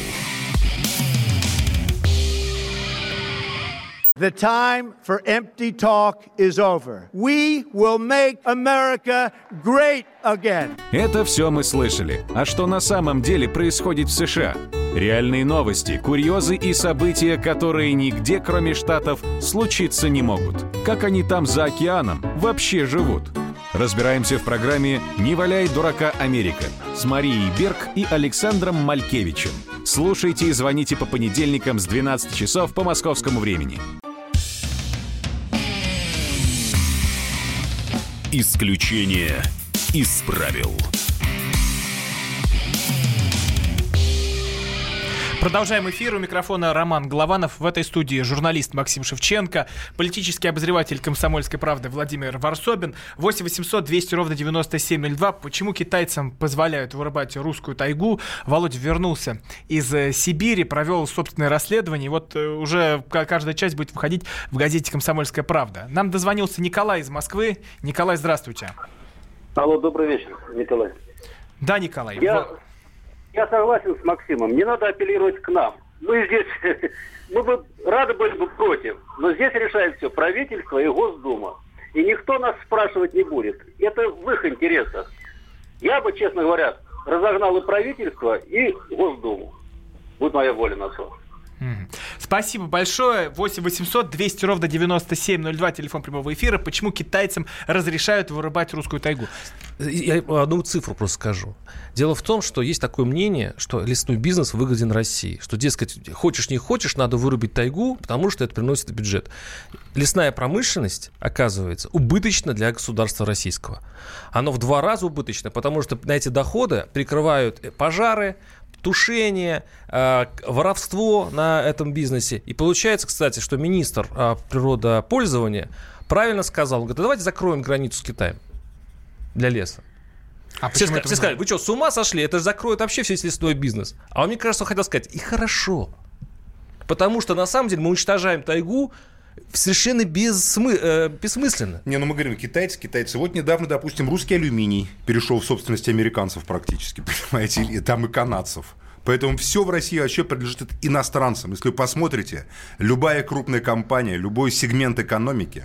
The time for empty talk is over. We will make America great again. Это все мы слышали. А что на самом деле происходит в США? Реальные новости, курьезы и события, которые нигде, кроме Штатов, случиться не могут. Как они там за океаном вообще живут? Разбираемся в программе «Не валяй дурака, Америка» с Марией Берг и Александром Малькевичем. Слушайте и звоните по понедельникам с 12 часов по московскому времени. Исключение из правил. Продолжаем эфир. У микрофона Роман Голованов. В этой студии журналист Максим Шевченко, политический обозреватель «Комсомольской правды» Владимир Варсобин. 8 800 200 ровно 9702. Почему китайцам позволяют вырубать русскую тайгу? Володя вернулся из Сибири, провел собственное расследование. И вот уже каждая часть будет выходить в газете «Комсомольская правда». Нам дозвонился Николай из Москвы. Николай, здравствуйте. Алло, добрый вечер, Николай. Да, Николай. Я согласен с Максимом. Не надо апеллировать к нам. Мы здесь, мы бы рады были бы против. Но здесь решает все правительство и Госдума. И никто нас спрашивать не будет. Это в их интересах. Я бы, честно говоря, разогнал и правительство, и Госдуму. Будет моя воля на то. Спасибо большое. 8 800 200 ровно 9702, телефон прямого эфира. Почему китайцам разрешают вырубать русскую тайгу? Я одну цифру просто скажу. Дело в том, что есть такое мнение, что лесной бизнес выгоден России. Что, дескать, хочешь не хочешь, надо вырубить тайгу, потому что это приносит бюджет. Лесная промышленность, оказывается, убыточна для государства российского. Оно в 2 раза убыточно, потому что на эти доходы прикрывают пожары, тушение, воровство на этом бизнесе. И получается, кстати, что министр природопользования правильно сказал, он говорит, давайте закроем границу с Китаем для леса. Все сказали, вы что, с ума сошли? Это же закроет вообще весь лесной бизнес. А он, мне кажется, хотел сказать, и хорошо. Потому что, на самом деле, мы уничтожаем тайгу совершенно бессмысленно. Не, ну мы говорим, китайцы. Вот недавно, допустим, русский алюминий перешел в собственность американцев практически, понимаете, и там и канадцев. Поэтому все в России вообще принадлежит иностранцам. Если вы посмотрите, любая крупная компания, любой сегмент экономики,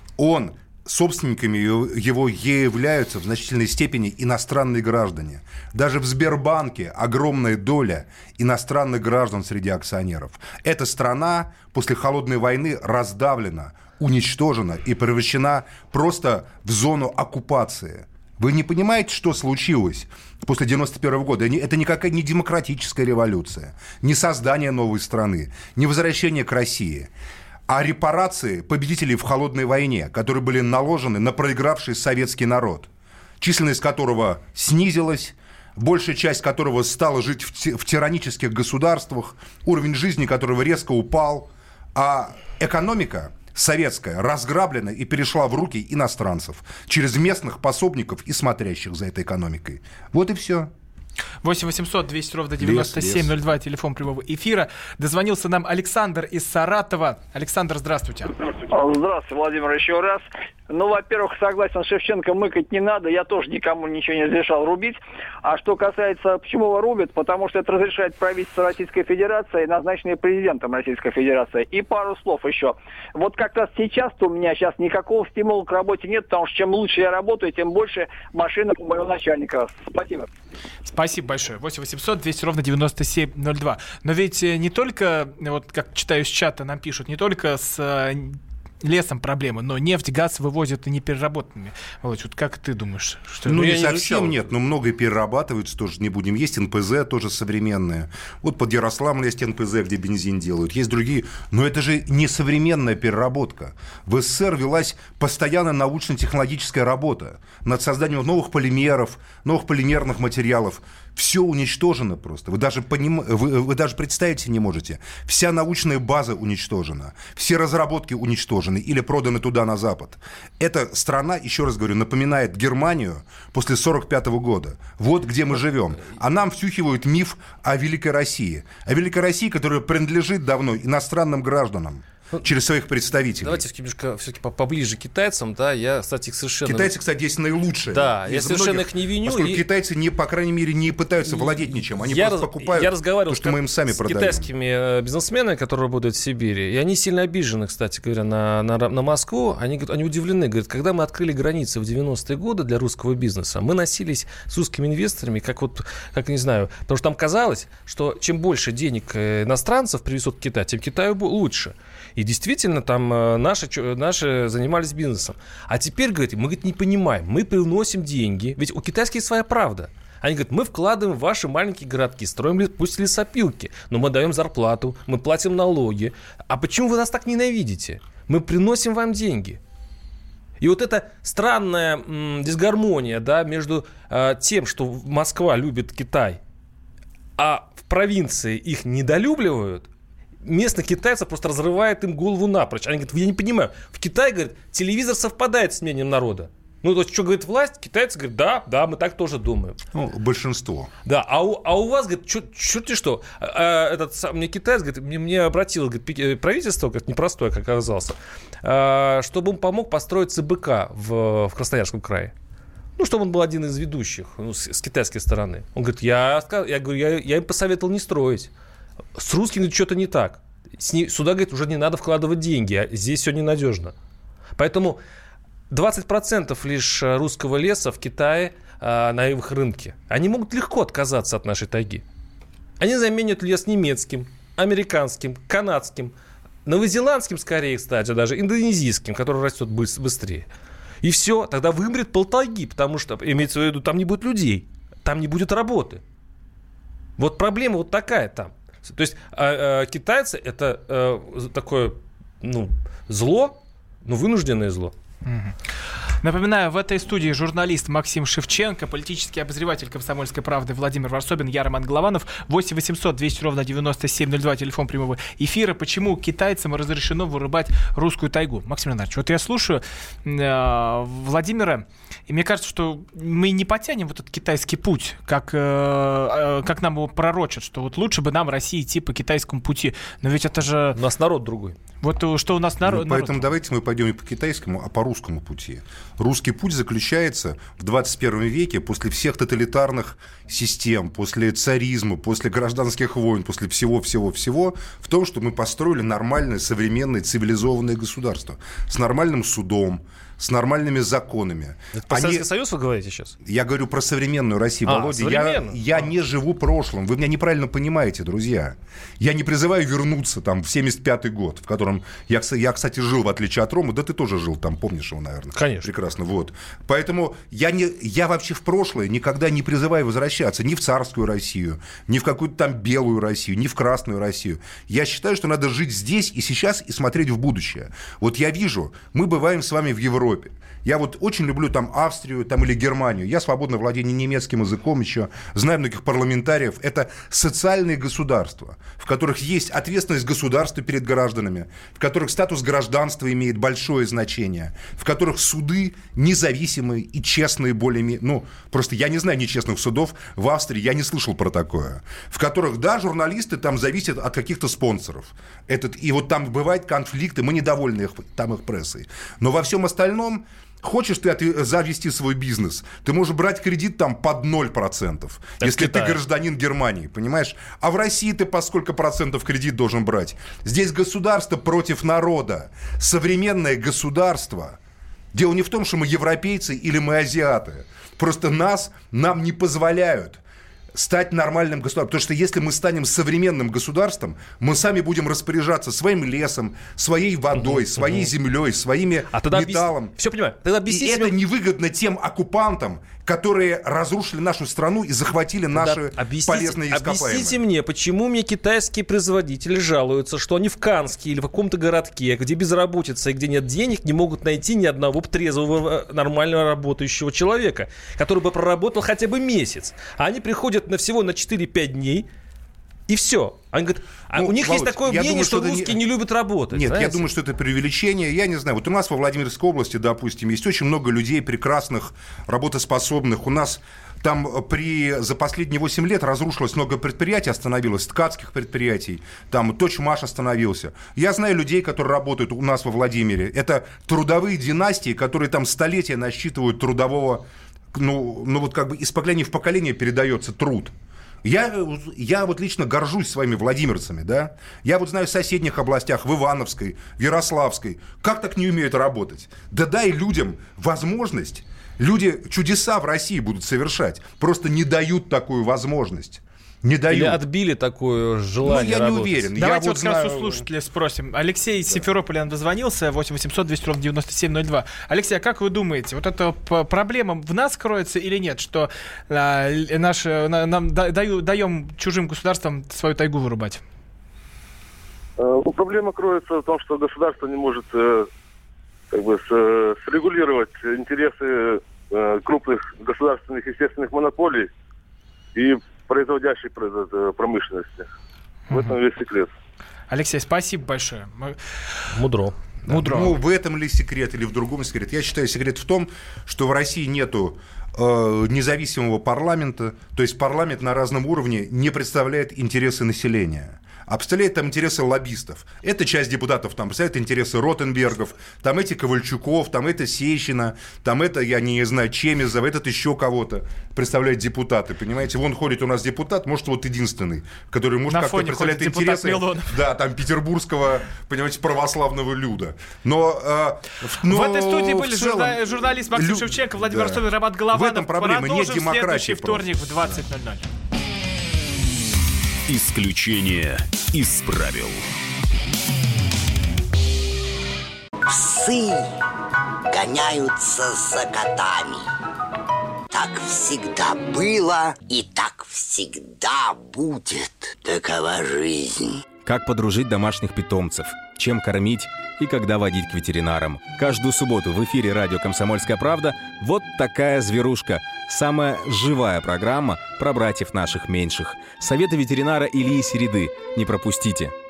собственниками его являются в значительной степени иностранные граждане. Даже в Сбербанке огромная доля иностранных граждан среди акционеров. Эта страна после холодной войны раздавлена, уничтожена и превращена просто в зону оккупации. Вы не понимаете, что случилось после 1991 года? Это никакая не демократическая революция, не создание новой страны, не возвращение к России, а репарации победителей в холодной войне, которые были наложены на проигравший советский народ, численность которого снизилась, большая часть которого стала жить в тиранических государствах, уровень жизни которого резко упал, а экономика советская разграблена и перешла в руки иностранцев через местных пособников и смотрящих за этой экономикой. Вот и все. 8 800 200 ровно 9702, телефон прямого эфира. Дозвонился нам Александр из Саратова. Александр, здравствуйте. Здравствуйте, Владимир, еще раз. Ну, во-первых, согласен с Шевченко, мыкать не надо. Я тоже никому ничего не разрешал рубить. А что касается, почему его рубят, потому что это разрешает правительство Российской Федерации, назначенное президентом Российской Федерации. И пару слов еще. Вот как раз сейчас-то у меня сейчас никакого стимула к работе нет, потому что чем лучше я работаю, тем больше машинок у моего начальника. Спасибо. Спасибо большое. 8 800 200 ровно 9702. Но ведь не только, вот как читаю с чата, нам пишут, не только с лесом проблемы, но нефть, газ вывозят и непереработанными. Володь, вот как ты думаешь? Что не совсем нет, но многое перерабатывается, тоже не будем. Есть НПЗ, тоже современные. Вот под Ярославлем есть НПЗ, где бензин делают. Есть другие. Но это же не современная переработка. В СССР велась постоянная научно-технологическая работа над созданием новых полимеров, новых полимерных материалов. Все уничтожено просто. Вы даже представить себе не можете. Вся научная база уничтожена. Все разработки уничтожены. уничтожены или проданы туда, на Запад. Эта страна, еще раз говорю, напоминает Германию после 1945 года. Вот где мы живем. А нам втюхивают миф о Великой России. О Великой России, которая принадлежит давно иностранным гражданам. Через своих представителей. Давайте немножко все-таки поближе к китайцам, да, я, кстати, их совершенно... Китайцы, кстати, есть наилучшие. Да, я совершенно их не виню. Поскольку китайцы, по крайней мере, не пытаются владеть ничем, они просто покупают то, что мы им сами продаем. Я разговаривал с китайскими бизнесменами, которые работают в Сибири, и они сильно обижены, кстати говоря, на Москву. Они удивлены, говорят, когда мы открыли границы в 90-е годы для русского бизнеса, мы носились с русскими инвесторами, как не знаю, потому что там казалось, что чем больше денег иностранцев привезут в Китай, тем Китаю лучше. И действительно, там наши занимались бизнесом. А теперь, говорит, мы не понимаем, мы приносим деньги, ведь у китайских своя правда. Они говорят, мы вкладываем в ваши маленькие городки, строим пусть лесопилки, но мы даем зарплату, мы платим налоги. А почему вы нас так ненавидите? Мы приносим вам деньги. И вот эта странная дисгармония, да, между тем, что Москва любит Китай, а в провинции их недолюбливают, местных китайцев просто разрывает им голову напрочь. Они говорят, я не понимаю. В Китае, говорят, телевизор совпадает с мнением народа. Ну, то есть, что говорит власть, китайцы говорят, да, мы так тоже думаем. Ну, большинство. Да, а у вас, говорит, черти что, мне китаец, говорит, мне обратилось, говорит, правительство, говорит, непростое, как оказалось, чтобы он помог построить ЦБК в Красноярском крае. Ну, чтобы он был один из ведущих, с китайской стороны. Он говорит, я им посоветовал не строить. С русским, говорит, что-то не так. Сюда, говорит, уже не надо вкладывать деньги, а здесь все ненадежно. Поэтому 20% лишь русского леса в Китае на их рынке. Они могут легко отказаться от нашей тайги. Они заменят лес немецким, американским, канадским, новозеландским, скорее, кстати, даже индонезийским, который растет быстрее. И все, тогда вымрет полтайги, потому что, имеется в виду, там не будет людей, там не будет работы. Вот проблема вот такая там. То есть китайцы это такое, зло, вынужденное зло. Напоминаю, в этой студии журналист Максим Шевченко, политический обозреватель «Комсомольской правды» Владимир Варсобин, я Роман Голованов. 8 800 200 ровно 9702, телефон прямого эфира. Почему китайцам разрешено вырубать русскую тайгу? Максим Леонидович, вот я слушаю Владимира, и мне кажется, что мы не потянем вот этот китайский путь, как нам его пророчат, что вот лучше бы нам, России, идти по китайскому пути. Но ведь это же... У нас народ другой. Вот что у нас народ... Поэтому давайте мы пойдем не по китайскому, а по русскому пути. Русский путь заключается в 21 веке после всех тоталитарных систем, после царизма, после гражданских войн, после всего-всего-всего в том, что мы построили нормальное, современное, цивилизованное государство с нормальным судом, с нормальными законами. Это про Советский Союз вы говорите сейчас? Я говорю про современную Россию, Володя. Я не живу прошлым. Вы меня неправильно понимаете, друзья. Я не призываю вернуться там, в 75-й год, в котором я, кстати, жил, в отличие от Ромы. Да ты тоже жил там, помнишь его, наверное? Конечно. Прекрасно, вот. Поэтому я вообще в прошлое никогда не призываю возвращаться ни в царскую Россию, ни в какую-то там белую Россию, ни в красную Россию. Я считаю, что надо жить здесь и сейчас и смотреть в будущее. Вот я вижу, мы бываем с вами в Европе. Я вот очень люблю там Австрию там, или Германию. Я свободно владею немецким языком еще. Знаю многих парламентариев. Это социальные государства, в которых есть ответственность государства перед гражданами, в которых статус гражданства имеет большое значение, в которых суды независимые и честные более-менее. Просто я не знаю нечестных судов в Австрии, я не слышал про такое. В которых, да, журналисты там зависят от каких-то спонсоров. И вот там бывают конфликты, мы недовольны их прессой. Но во всем остальном... Хочешь ты завести свой бизнес, ты можешь брать кредит там под 0%, если ты гражданин Германии, понимаешь? А в России ты по сколько процентов кредит должен брать? Здесь государство против народа. Современное государство. Дело не в том, что мы европейцы или мы азиаты. Просто нам не позволяют стать нормальным государством. Потому что если мы станем современным государством, мы сами будем распоряжаться своим лесом, своей водой, своей землей, своими металлом. Все понимаю. Тогда и это невыгодно тем оккупантам, которые разрушили нашу страну и захватили наши полезные ископаемые. Объясните мне, почему мне китайские производители жалуются, что они в Канске или в каком-то городке, где безработица и где нет денег, не могут найти ни одного трезвого, нормально работающего человека, который бы проработал хотя бы месяц. А они приходят всего на 4-5 дней И все. Они говорят, у них Володь, есть такое мнение, думаю, что русские не любят работать. Нет, знаете? я думаю, что это преувеличение. Я не знаю. Вот у нас во Владимирской области, допустим, есть очень много людей прекрасных, работоспособных. У нас там за последние 8 лет разрушилось много предприятий, остановилось, ткацких предприятий. Там Точмаш остановился. Я знаю людей, которые работают у нас во Владимире. Это трудовые династии, которые там столетия насчитывают трудового... вот как бы из поколения в поколение передается труд. Я вот лично горжусь своими владимирцами, да. Я вот знаю в соседних областях, в Ивановской, в Ярославской, как так не умеют работать. Да дай людям возможность. Люди чудеса в России будут совершать. Просто не дают такую возможность. Не дают. Или отбили такое желание я работать. не уверен. Давайте вот как раз у слушателя спросим. Алексей из Симферополя нам дозвонился, 8 800 200 ровно 9702. Алексей, а как вы думаете, вот эта проблема в нас кроется или нет, что нам даем чужим государствам свою тайгу вырубать? Проблема кроется в том, что государство не может срегулировать интересы крупных государственных естественных монополий и производящей промышленности. В этом весь секрет. Алексей, спасибо большое. Мудро. В этом ли секрет или в другом секрет? Я считаю, секрет в том, что в России нету независимого парламента, то есть парламент на разном уровне не представляет интересы населения, а представляет там интересы лоббистов. Это часть депутатов там представляет интересы Ротенбергов, там эти Ковальчуков, там это Сещина, там это, я не знаю, Чемезов, этот еще кого-то представляет депутаты, понимаете? Вон ходит у нас депутат, может, вот единственный, который может как-то представлять интересы да, там, петербургского, понимаете, православного люда. Но в этой студии были журналист Максим Шевченко, Владимир Ростов, Роман Голованов. В этом проблема, нет демократии. Следующий вторник в 20:00. Исключение из правил. Псы гоняются за котами. Так всегда было и так всегда будет. Такова жизнь. Как подружить домашних питомцев, чем кормить и когда водить к ветеринарам. Каждую субботу в эфире радио «Комсомольская правда» вот такая зверушка. Самая живая программа про братьев наших меньших. Советы ветеринара Ильи Середы. Не пропустите.